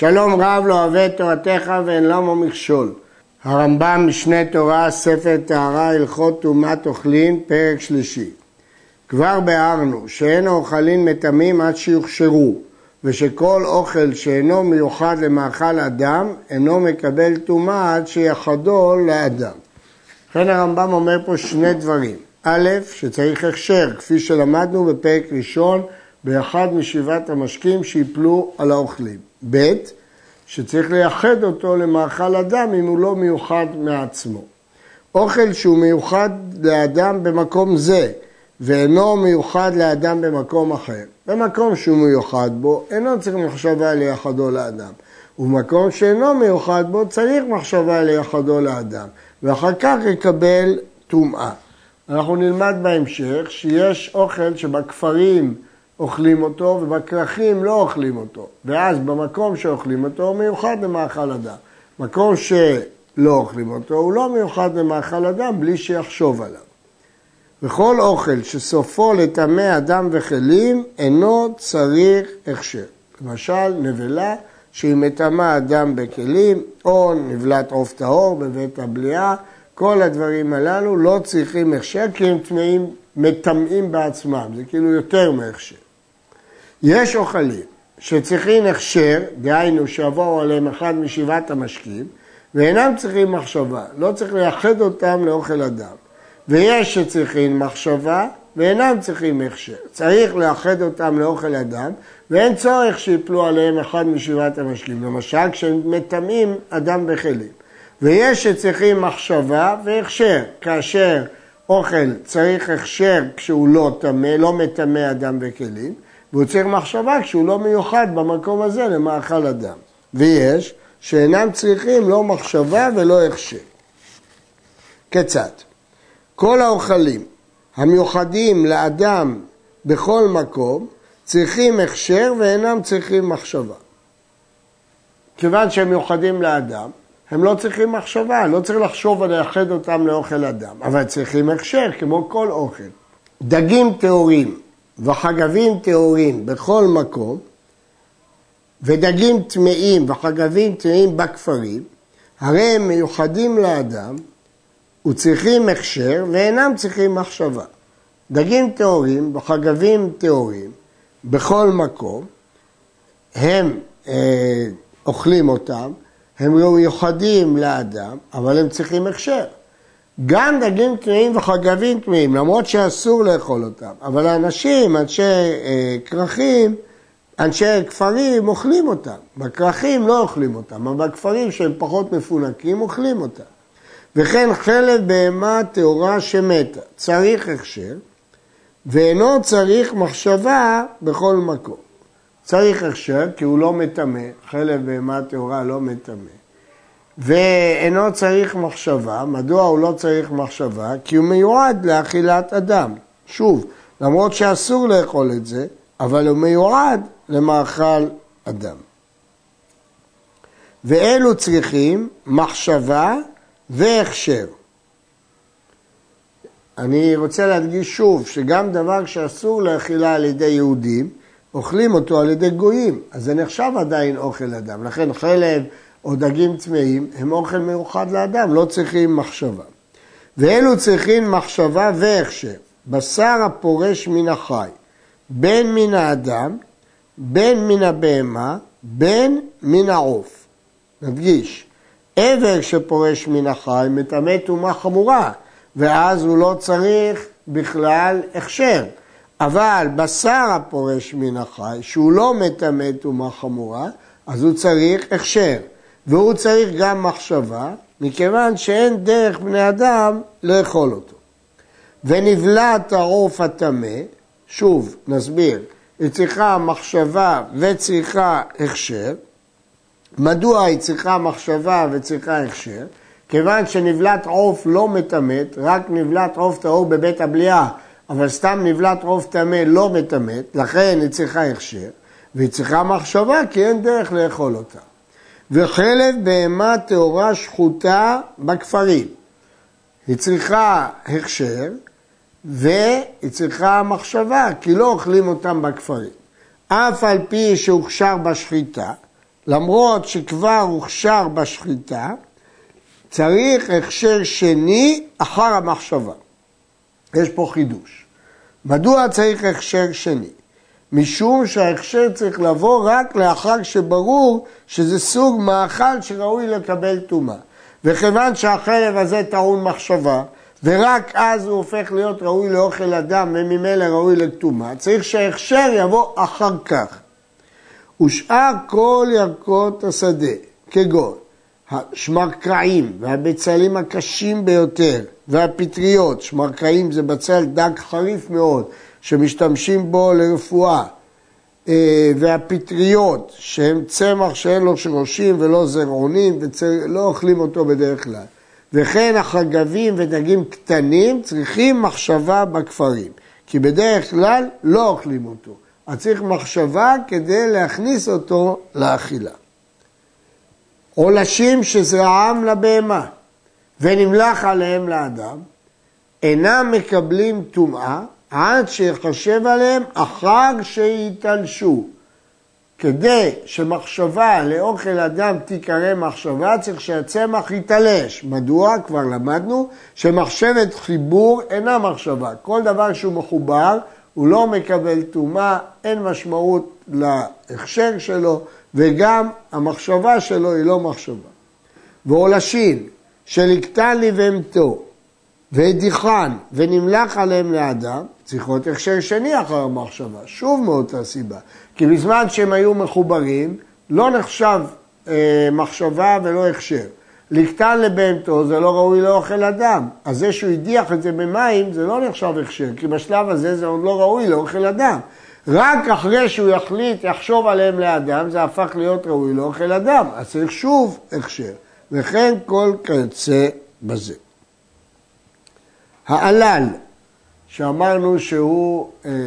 שלום רב לא אוהב את תורתך ואין למה מכשול. הרמב"ם משנה תורה, ספר טהרה, הלכות טומאת אוכלין, פרק שלישי. כבר ביארנו שאין האוכלין מטמאים עד שיוכשרו, ושכל אוכל שאינו מיוחד למאכל אדם אינו מקבל טומאה עד שיחדו לאדם. לכן הרמב"ם אומר פה שני דברים. א', שצריך הכשר, כפי שלמדנו בפרק ראשון, באחד משבעת המשקים שיפלו על האוכלים. ב', שצריך לייחד אותו למאכל אדם אם הוא לא מיוחד מעצמו. אוכל שהוא מיוחד לאדם במקום זה, ואינו מיוחד לאדם במקום אחר. במקום שהוא מיוחד בו, אינו צריך מחשבה לייחדו לאדם. ובמקום שאינו מיוחד בו, צריך מחשבה לייחדו לאדם. ואחר כך יקבל טומאה. אנחנו נלמד בהמשך שיש אוכל שבכפרים אוכלים אותו ובכרכים לא אוכלים אותו. ואז במקום שאוכלים אותו הוא מיוחד למאכל אדם. מקום שלא אוכלים אותו הוא לא מיוחד למאכל אדם בלי שיחשוב עליו. וכל אוכל שסופו לטמא אדם וכלים אינו צריך הכשר. למשל נבלה שהיא מטמא אדם בכלים או נבלת עוף טהור בבית הבליעה. כל הדברים הללו לא צריכים הכשר כי הם מטמאים בעצמם. זה כאילו יותר מהכשר. יש אוכלים שצריכים הכשר, דהיינו שיבואו עליהם אחד משבעת המשקים, ואינם צריכים מחשבה, לא צריך לייחד אותם לאוכל אדם. ויש שצריכים מחשבה ואינם צריכים הכשר. צריך לייחד אותם לאוכל אדם, ואין צורך שיפלו עליהם אחד משבעת המשקים. למשל כשהם מטמאים אדם בכלים. ויש שצריכים מחשבה והכשר, כאשר אוכל צריך הכשר כשהוא לא טמא, לא מטמא אדם בכלים, והוא צריך מחשבה כשהוא לא מיוחד במקום הזה למאכל אדם. ויש שאינם צריכים לא מחשבה ולא הכשר. כיצד? כל האוכלים המיוחדים לאדם בכל מקום צריכים הכשר ואינם צריכים מחשבה. כיוון שהם מיוחדים לאדם, הם לא צריכים מחשבה, לא צריך לחשוב ולייחד אותם לאוכל אדם, אבל צריכים הכשר כמו כל אוכל. דגים טהורים וחגבים טהורים בכל מקום, ודגים טמאים וחגבים טמאים בכפרים, הרי הם מיוחדים לאדם וצריכים הכשר ואינם צריכים מחשבה. דגים טהורים וחגבים טהורים בכל מקום, הם אוכלים אותם, הם מיוחדים לאדם, אבל הם צריכים הכשר. גם דגים טמאים וחגבים טמאים, למרות שאסור לאכול אותם, אבל האנשים, אנשי כרכים, אנשי כפרים אוכלים אותם. בכרכים לא אוכלים אותם, אבל בכפרים שהם פחות מפונקים אוכלים אותם. וכן חלב בהמה טהורה שמתה, צריך הכשר, ואינו צריך מחשבה בכל מקום. צריך הכשר כי הוא לא מטמא, חלב בהמה טהורה לא מטמא. ואינו צריך מחשבה. מדוע הוא לא צריך מחשבה? כי הוא מיועד לאכילת אדם. שוב, למרות שאסור לאכול את זה, אבל הוא מיועד למאכל אדם. ואלו צריכים מחשבה והכשר. אני רוצה להדגיש שוב שגם דבר שאסור לאכילה על ידי יהודים, אוכלים אותו על ידי גויים, אז זה נחשב עדיין אוכל אדם. לכן חלב או דגים טמאים הם אוכל מיוחד לאדם, לא צריכים מחשבה. ואלו צריכים מחשבה והכשר. בשר הפורש מן החי, בין מן האדם, בין מן הבהמה, בין מן העוף. נדגיש, עבר שפורש מן החי מטמא טומאה חמורה, ואז הוא לא צריך בכלל הכשר. אבל בשר הפורש מן החי, שהוא לא מטמא טומאה חמורה, אז הוא צריך הכשר. והוא צריך גם מחשבה, מכיוון שאין דרך בני אדם לאכול אותו. ונבלת העוף הטמא, שוב נסביר, היא צריכה מחשבה וצריכה הכשר. מדוע היא צריכה מחשבה וצריכה הכשר? כיוון שנבלת עוף לא מטמאת, רק נבלת עוף טהור בבית הבליעה, אבל סתם נבלת עוף טמא לא מטמאת, לכן היא צריכה הכשר, והיא צריכה מחשבה כי אין דרך לאכול אותה. וחלב בהמה טהורה שחוטה בכפרים. היא צריכה הכשר והיא צריכה מחשבה, כי לא אוכלים אותם בכפרים. אף על פי שהוכשר בשחיטה, למרות שכבר הוכשר בשחיטה, צריך הכשר שני אחר המחשבה. יש פה חידוש. מדוע צריך הכשר שני? משום שההכשר צריך לבוא רק לאחר שברור שזה סוג מאכל שראוי לקבל טומאה. וכיוון שהחלב הזה טעון מחשבה, ורק אז הוא הופך להיות ראוי לאוכל אדם וממילא ראוי לטומאה, צריך שההכשר יבוא אחר כך. ושאר כל ירקות השדה, כגון השמרקרעים והבצלים הקשים ביותר והפטריות, שמרקרעים זה בצל דק חריף מאוד שמשתמשים בו לרפואה, והפטריות שהם צמח שאין לו שורשים ולא זרעונים ולא אוכלים אותו בדרך כלל, וכן החגבים ודגים קטנים צריכים מחשבה בכפרים, כי בדרך כלל לא אוכלים אותו, אז צריך מחשבה כדי להכניס אותו לאכילה. עולשים שזרעם לבהמה ונמלח עליהם לאדם, אינם מקבלים טומאה עד שיחשב עליהם אחר שיתלשו. כדי שמחשבה לאוכל אדם תיקרא מחשבה, צריך שהצמח יתלש. מדוע? כבר למדנו שמחשבת חיבור אינה מחשבה. כל דבר שהוא מחובר, הוא לא מקבל טומאה, אין משמעות להכשר שלו, וגם המחשבה שלו היא לא מחשבה. ועולשים שלקטן לבהמתו והדיחן ונמלח עליהם לאדם, צריכות הכשר שני אחר המחשבה, שוב מאותה סיבה. כי בזמן שהם היו מחוברים, לא נחשב מחשבה ולא הכשר. לקטן לבהמתו זה לא ראוי לאוכל אדם, אז זה שהוא הדיח את זה במים זה לא נחשב הכשר, כי בשלב הזה זה עוד לא ראוי לאוכל אדם. רק אחרי שהוא יחשוב עליהם לאדם, זה הפך להיות ראוי לאוכל אדם, אז צריך שוב הכשר. וכן כל כיוצא בזה. העלל, שאמרנו שהוא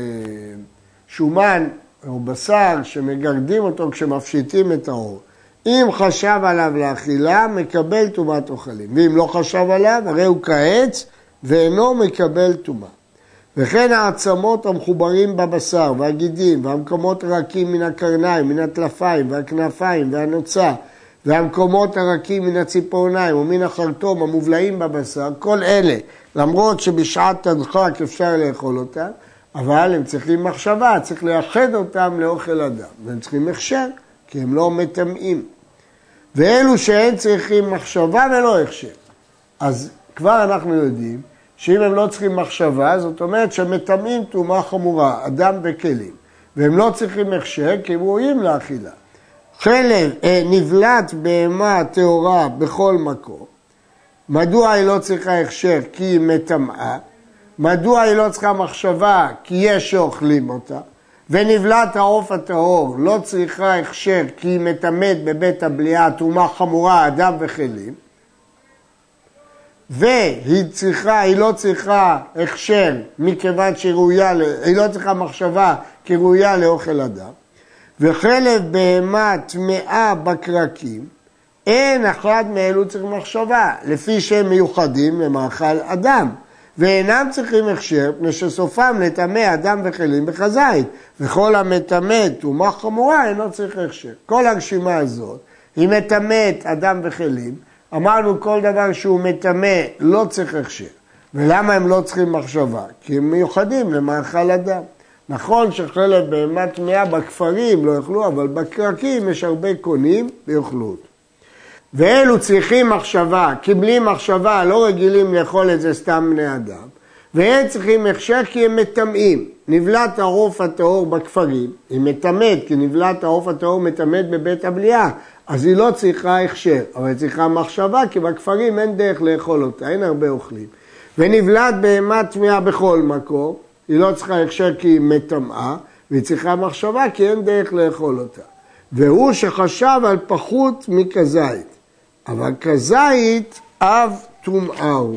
שומן או בשר שמגרדים אותו כשמפשיטים את האור, אם חשב עליו לאכילה, מקבל טומאת אוכלים. ואם לא חשב עליו, הרי הוא כעץ ואינו מקבל טומאה. וכן העצמות המחוברים בבשר והגידים והמקומות הרכים מן הקרניים, מן הטלפיים והכנפיים והנוצה והמקומות הרכים מן הציפורניים ומן החרטום המובלעים בבשר, כל אלה, למרות שבשעת הדחק אפשר לאכול אותם, אבל הם צריכים מחשבה, צריך לייחד אותם לאוכל אדם, והם צריכים הכשר, כי הם לא מטמאים. ואלו שאין צריכים מחשבה ולא הכשר. אז כבר אנחנו יודעים שאם הם לא צריכים מחשבה, זאת אומרת שמטמאים טומאה חמורה, אדם וכלים, והם לא צריכים הכשר כי הם ראויים לאכילה. חלב נבלת בהמה טהורה בכל מקום. מדוע היא לא צריכה הכשר? כי היא מטמאה. מדוע היא לא צריכה מחשבה? כי יש שאוכלים אותה. ונבלת העוף הטהור לא צריכה הכשר כי היא מטמאת בבית הבליעה, טומאה חמורה, אדם וכלים. והיא לא צריכה הכשר מכיוון שהיא ראויה, היא לא צריכה מחשבה כי ראויה לאוכל אדם. וחלב בהמה טמאה בקרקים, אין אחד מאלו צריך מחשבה, לפי שהם מיוחדים למאכל אדם. ואינם צריכים הכשר, פני שסופם לטמא אדם וכלים בחזית. וכל המטמא טומאה חמורה אינו צריך הכשר. כל הרשימה הזאת היא מטמאת אדם וכלים. אמרנו כל דבר שהוא מטמא לא צריך הכשר. ולמה הם לא צריכים מחשבה? כי הם מיוחדים למאכל אדם. נכון שחלב בהמה טמאה בכפרים לא יאכלו, אבל בקרקים יש הרבה קונים ויאכלו אותו. ואלו צריכים מחשבה, כי בלי מחשבה לא רגילים לאכול את זה סתם בני אדם, והם צריכים הכשר כי הם מטמאים. נבלת העוף הטהור בכפרים, היא מטמאת, כי נבלת העוף הטהור מטמאת בבית הבליעה, אז היא לא צריכה הכשר, אבל היא צריכה מחשבה, כי בכפרים אין דרך לאכול אותה, אין הרבה אוכלים. ונבלת בהמה טמאה בכל מקום, היא לא צריכה הכשר כי היא מטמאה, והיא צריכה מחשבה כי אין דרך לאכול אותה. והוא שחשב על פחות מכזית. אבל כזית אב טומאה הוא.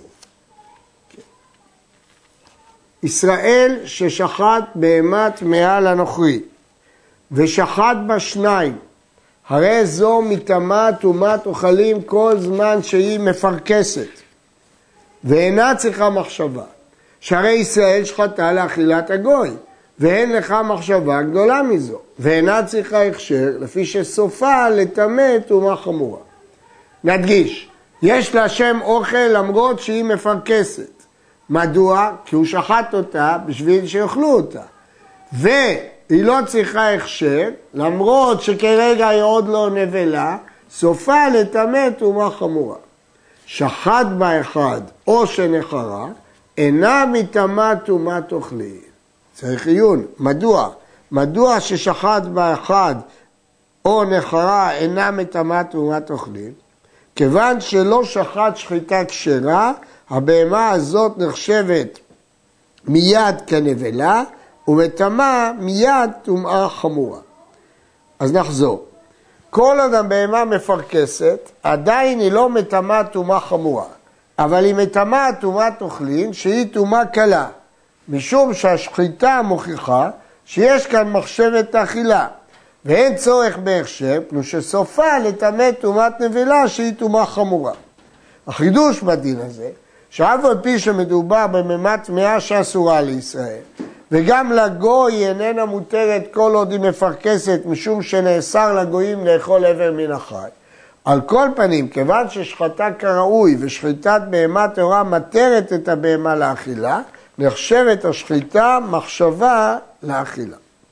ישראל ששחט בהמה טמאה לנוכרי, ושחט בה שניים, הרי זו מטמאה טומאת אוכלים כל זמן שהיא מפרקסת, ואינה צריכה מחשבה. שהרי ישראל שחטה לאכילת הגוי, ואין לך מחשבה גדולה מזו, ואינה צריכה הכשר, לפי שסופה לטמא טומאה חמורה. נדגיש, יש לה שם אוכל למרות שהיא מפרכסת. מדוע? כי הוא שחט אותה בשביל שיאכלו אותה. והיא לא צריכה הכשר, למרות שכרגע היא עוד לא נבלה, סופה לטמא טומאה חמורה. שחט בה אחד או שנחרה, אינה מטמאה טומאת אוכלים. צריך עיון. מדוע? מדוע ששחט בה אחד או נחרה אינה מטמאה טומאת אוכלים? כיוון שלא שחט שחיטה כשרה, הבהמה הזאת נחשבת מיד כנבלה, ומטמאה מיד טומאה חמורה. אז נחזור. כל עוד הבהמה מפרכסת, עדיין היא לא מטמאה טומאה חמורה, אבל היא מטמאה טומאת אוכלים שהיא טומאה קלה, משום שהשחיטה מוכיחה שיש כאן מחשבת האכילה, ואין צורך בהכשר, פנו שסופה לטמא טומאת נבלה שהיא טומאה חמורה. החידוש בדין הזה, שאף על פי שמדובר בממת טמאה שאסורה לישראל, וגם לגוי היא איננה מותרת כל עוד היא מפרכסת, משום שנאסר לגויים לאכול איבר מן החי. על כל פנים, כיוון ששחטה כראוי ושחיטת בהמה טהורה מתרת את הבהמה לאכילה, נחשבת השחיטה מחשבה לאכילה.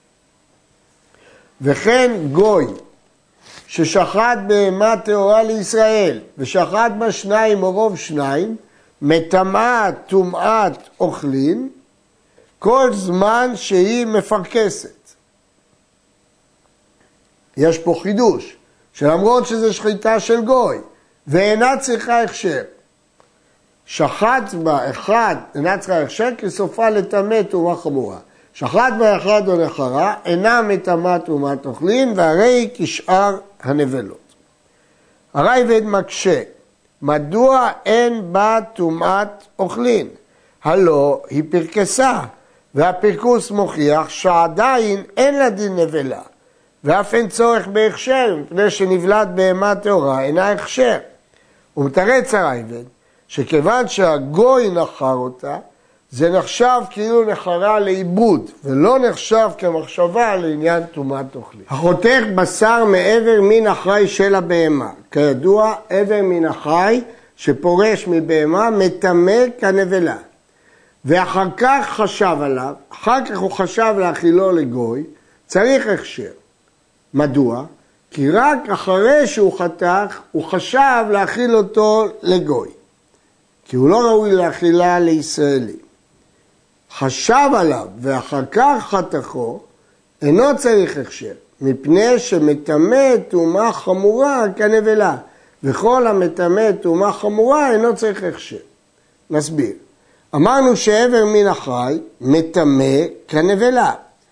וכן גוי ששחט בהמה טהורה לישראל ושחט בה שניים או רוב שניים, מטמאה טומאת אוכלין כל זמן שהיא מפרכסת. יש פה חידוש, שלמרות שזה שחיטה של גוי ואינה צריכה הכשר, שחט בה אחד אינה צריכה הכשר כי סופה לטמא טומאה חמורה. שחט בה אחד או נחרה אינה מטמאה טומאת אוכלין, והרי כשאר הנבלות. הרייבד מקשה, מדוע אין בה טומאת אוכלין? הלא היא פרקסה, והפרקוס מוכיח שעדיין אין לה דין נבלה, ואף אין צורך בהכשר, מפני שנבלת בהמה טהורה אינה הכשר. הוא מתרץ הרייבד, שכיוון שהגוי נחר אותה, זה נחשב כאילו נחרה לאיבוד, ולא נחשב כמחשבה לעניין טומאת אוכלים. החותך בשר מעבר מן החי של הבהמה. כידוע, עבר מן החי שפורש מבהמה מטמא כנבלה. ואחר כך חשב עליו, אחר כך הוא חשב להאכילו לגוי, צריך הכשר. מדוע? כי רק אחרי שהוא חתך, הוא חשב להאכיל אותו לגוי. כי הוא לא ראוי להאכילה לישראלי. חשב עליו ואחר כך חתכו, אינו צריך הכשר, מפני שמטמא טומאה חמורה כנבלה, וכל המטמא טומאה חמורה אינו צריך הכשר. נסביר. אמרנו שעבר מן החי מטמא כנבלה.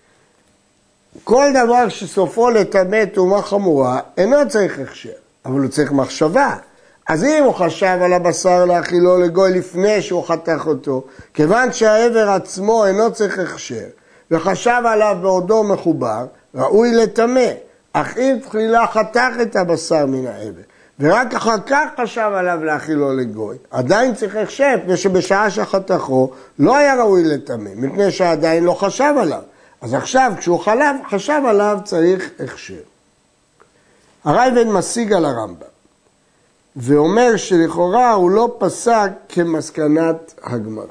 כל דבר שסופו לטמא טומאה חמורה אינו צריך הכשר, אבל הוא צריך מחשבה. אז אם הוא חשב על הבשר להאכילו לגוי לפני שהוא חתך אותו, כיוון שהעבר עצמו אינו צריך הכשר, וחשב עליו בעודו מחובר, ראוי לטמא. אך אם תחילה חתך את הבשר מן העבר, ורק אחר כך חשב עליו להאכילו לגוי, עדיין צריך הכשר, מפני שבשעה שחתכו לא היה ראוי לטמא, מפני שעדיין לא חשב עליו. אז עכשיו כשהוא חשב עליו צריך הכשר. הרייבד משיג על הרמב"ם, ואומר שלכאורה הוא לא פסק כמסקנת הגמרא.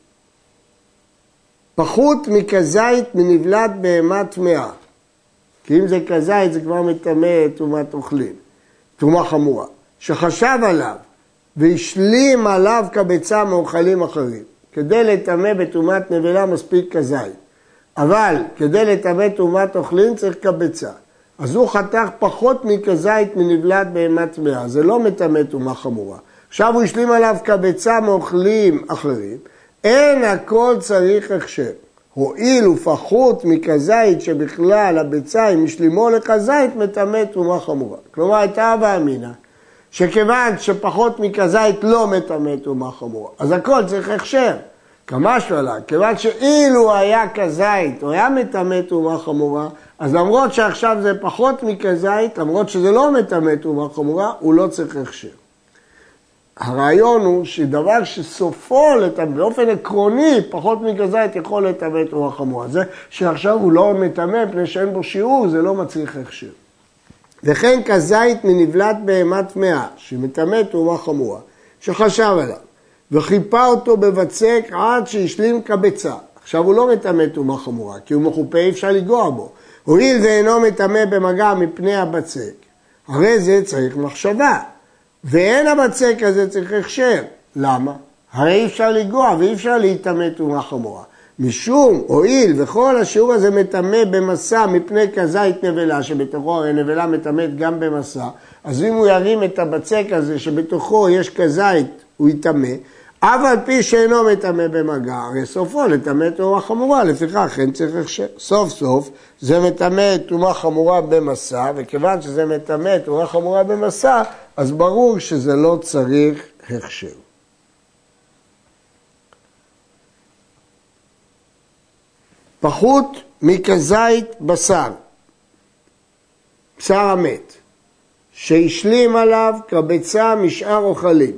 פחות מכזית מנבלת בהמה טמאה. כי אם זה כזית זה כבר מטמא טומאת אוכלים, טומאה חמורה. שחשב עליו והשלים עליו כביצה מאוכלים אחרים. כדי לטמא בטומאת נבלה מספיק כזית. אבל כדי לטמא טומאת אוכלים צריך כביצה. אז הוא חתך פחות מכזית מנבלת בהמה טמאה, זה לא מטמא טומאה חמורה. עכשיו הוא השלים עליו כביצה מאוכלים אחרים, אין הכל צריך הכשר. הואיל ופחות מכזית שבכלל הביצה אם השלימו לכזית מטמא טומאה חמורה. כלומר הייתה הבא אמינא, שכיוון שפחות מכזית לא מטמא טומאה חמורה, אז הכל צריך הכשר. כמשהו עליו, כיוון שאילו היה כזית או היה מטמא טומאה חמורה, אז למרות שעכשיו זה פחות מכזית, למרות שזה לא מטמא טומאה חמורה, הוא לא צריך הכשר. הרעיון הוא שדבר שסופו לטמא, באופן עקרוני, פחות מכזית יכול לטמא תרומה חמורה. זה שעכשיו הוא לא מטמא, פני שאין בו שיעור, זה לא מצריך הכשר. וכן כזית מנבלת בהמה טמאה, שמטמא תרומה חמורה, שחשב עליו, וחיפה אותו בבצק עד שהשלים קבצה. עכשיו הוא לא מטמא תרומה חמורה, כי הוא מחופה, אי אפשר לגוע בו. הואיל ואינו מטמא במגע מפני הבצק, הרי זה צריך מחשבה. ואין הבצק הזה צריך הכשר. למה? הרי אי אפשר לגוע ואי אפשר להיטמא תרומה חמורה. משום, הואיל וכל השיעור הזה מטמא במסע מפני כזית נבלה, שבתוכו הרי נבלה מטמאת גם במסע, אז אם הוא ירים את הבצק הזה שבתוכו יש כזית, הוא יטמא, אף על פי שאינו מטמא במגע, הרי סופו לטמא תרומה חמורה, לפיכך אין צריך הכשר. סוף סוף זה מטמא תרומה חמורה במסע, וכיוון שזה מטמא תרומה חמורה במסע, אז ברור שזה לא צריך הכשר. פחות מכזית בשר, בשר המת, שהשלים עליו קבצה משאר אוכלים.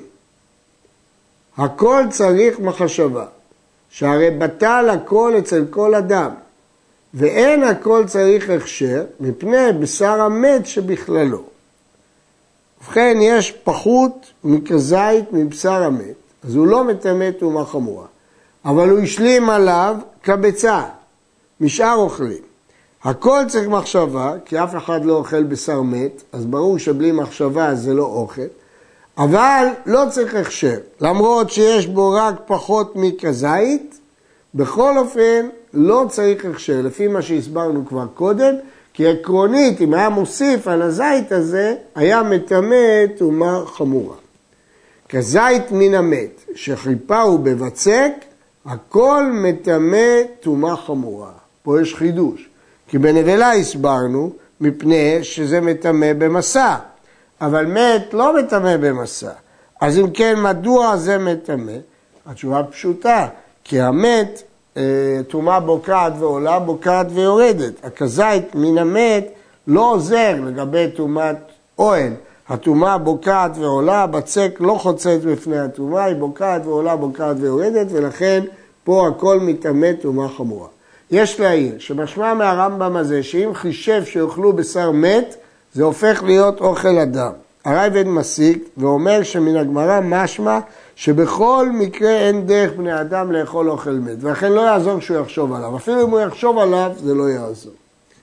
הכל צריך מחשבה, שהרי בטל הכל אצל כל אדם, ואין הכל צריך הכשר מפני בשר המת שבכללו. ובכן, יש פחות מכזית מבשר המת, אז הוא לא מטמא תרומה חמורה, אבל הוא השלים עליו קבצה משאר אוכלים. הכל צריך מחשבה, כי אף אחד לא אוכל בשר מת, אז ברור שבלי מחשבה זה לא אוכל, אבל לא צריך הכשר, למרות שיש בו רק פחות מכזית, בכל אופן לא צריך הכשר, לפי מה שהסברנו כבר קודם, כי עקרונית, אם היה מוסיף על הזית הזה, היה מטמא תרומה חמורה. כזית מן המת, שחיפה הוא בבצק, הכל מטמא תרומה חמורה. פה יש חידוש, כי בנבלה הסברנו, מפני שזה מטמא במסע, אבל מת לא מטמא במסע. אז אם כן, מדוע זה מטמא? התשובה פשוטה, כי המת, תרומה בוקעת ועולה, בוקעת ויורדת. הכזית מן המת לא עוזר לגבי תרומת אוהל. התרומה בוקעת ועולה, בצק לא חוצץ בפני התרומה, היא בוקעת ועולה, בוקעת ויורדת, ולכן פה הכל מטמא תרומה חמורה. יש להעיר שמשמע מהרמב"ם הזה, שאם חישב שיאכלו בשר מת, זה הופך להיות אוכל אדם. הרייבד מסיק ואומר שמן הגמרא משמע שבכל מקרה אין דרך בני אדם לאכול אוכל מת, ולכן לא יעזור שהוא יחשוב עליו. אפילו אם הוא יחשוב עליו, זה לא יעזור.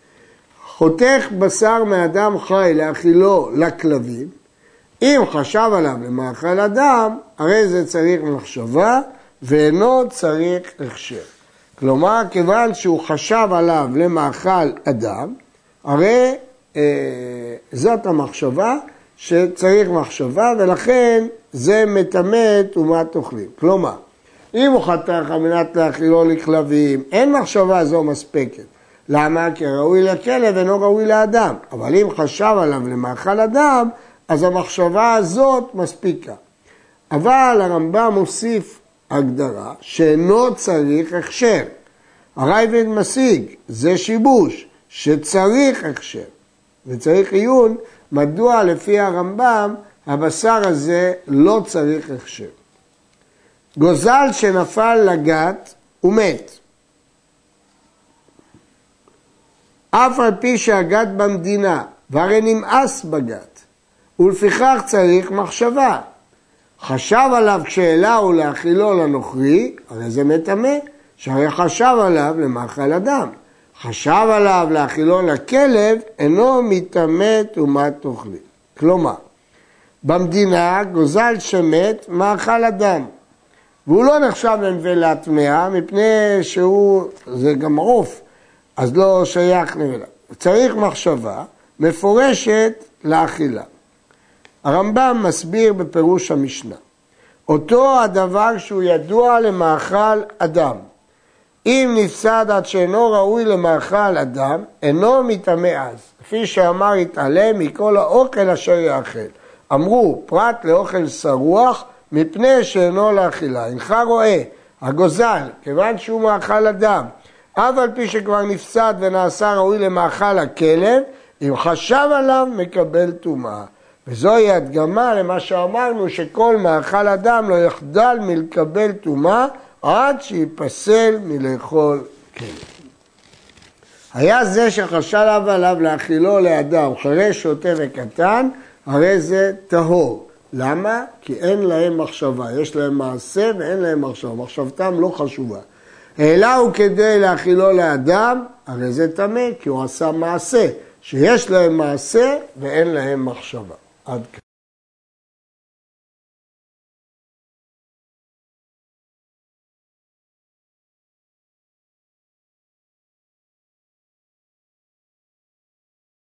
חותך בשר מאדם חי להאכילו לכלבים, אם חשב עליו למאכל אדם, הרי זה צריך מחשבה ואינו צריך הכשר. כלומר, כיוון שהוא חשב עליו למאכל אדם, הרי זאת המחשבה שצריך מחשבה, ולכן זה מטמא תרומת אוכלים. כלומר, אם הוא חתך על מנת להאכילו לכלבים, אין מחשבה זו מספקת. למה? כי ראוי לכלב אינו ראוי לאדם. אבל אם חשב עליו למאכל אדם, אז המחשבה הזאת מספיקה. אבל הרמב"ם מוסיף הגדרה שאינו צריך הכשר. הרייבד משיג, זה שיבוש, שצריך הכשר. וצריך עיון, מדוע לפי הרמב"ם הבשר הזה לא צריך הכשר. גוזל שנפל לגת ומת. אף על פי שהגת במדינה, והרי נמאס בגת, ולפיכך צריך מחשבה. חשב עליו כשאלהו להאכילו לנוכרי, הרי זה מטמא, שהרי חשב עליו למאכל אדם. חשב עליו להאכילו לכלב, אינו מטמא תרומת אוכלים. כלומר, במדינה גוזל שמת מאכל אדם, והוא לא נחשב לנבלה טמאה, מפני זה גם עוף, אז לא שייך נבלה. צריך מחשבה מפורשת לאכילה. הרמב"ם מסביר בפירוש המשנה, אותו הדבר שהוא ידוע למאכל אדם, אם נפסד עד שאינו ראוי למאכל אדם, אינו מטמא אז. כפי שאמר יתעלם מכל האוכל אשר יאכל. אמרו, פרט לאוכל שרוח, מפני שאינו לאכילה. אינך רואה, הגוזל, כיוון שהוא מאכל אדם, אף על פי שכבר נפסד ונעשה ראוי למאכל הכלב, אם חשב עליו מקבל טומאה. וזוהי הדגמה למה שאמרנו שכל מאכל אדם לא יחדל מלקבל טומאה עד שיפסל מלאכול כלב. היה זה שחשב עליו להאכילו לאדם חרש, שוטה וקטן, הרי זה טהור. למה? כי אין להם מחשבה, יש להם מעשה ואין להם מחשבה, מחשבתם לא חשובה. העלה הוא כדי להאכילו לאדם, הרי זה טמא, כי הוא עשה מעשה, שיש להם מעשה ואין להם מחשבה. עד כאן.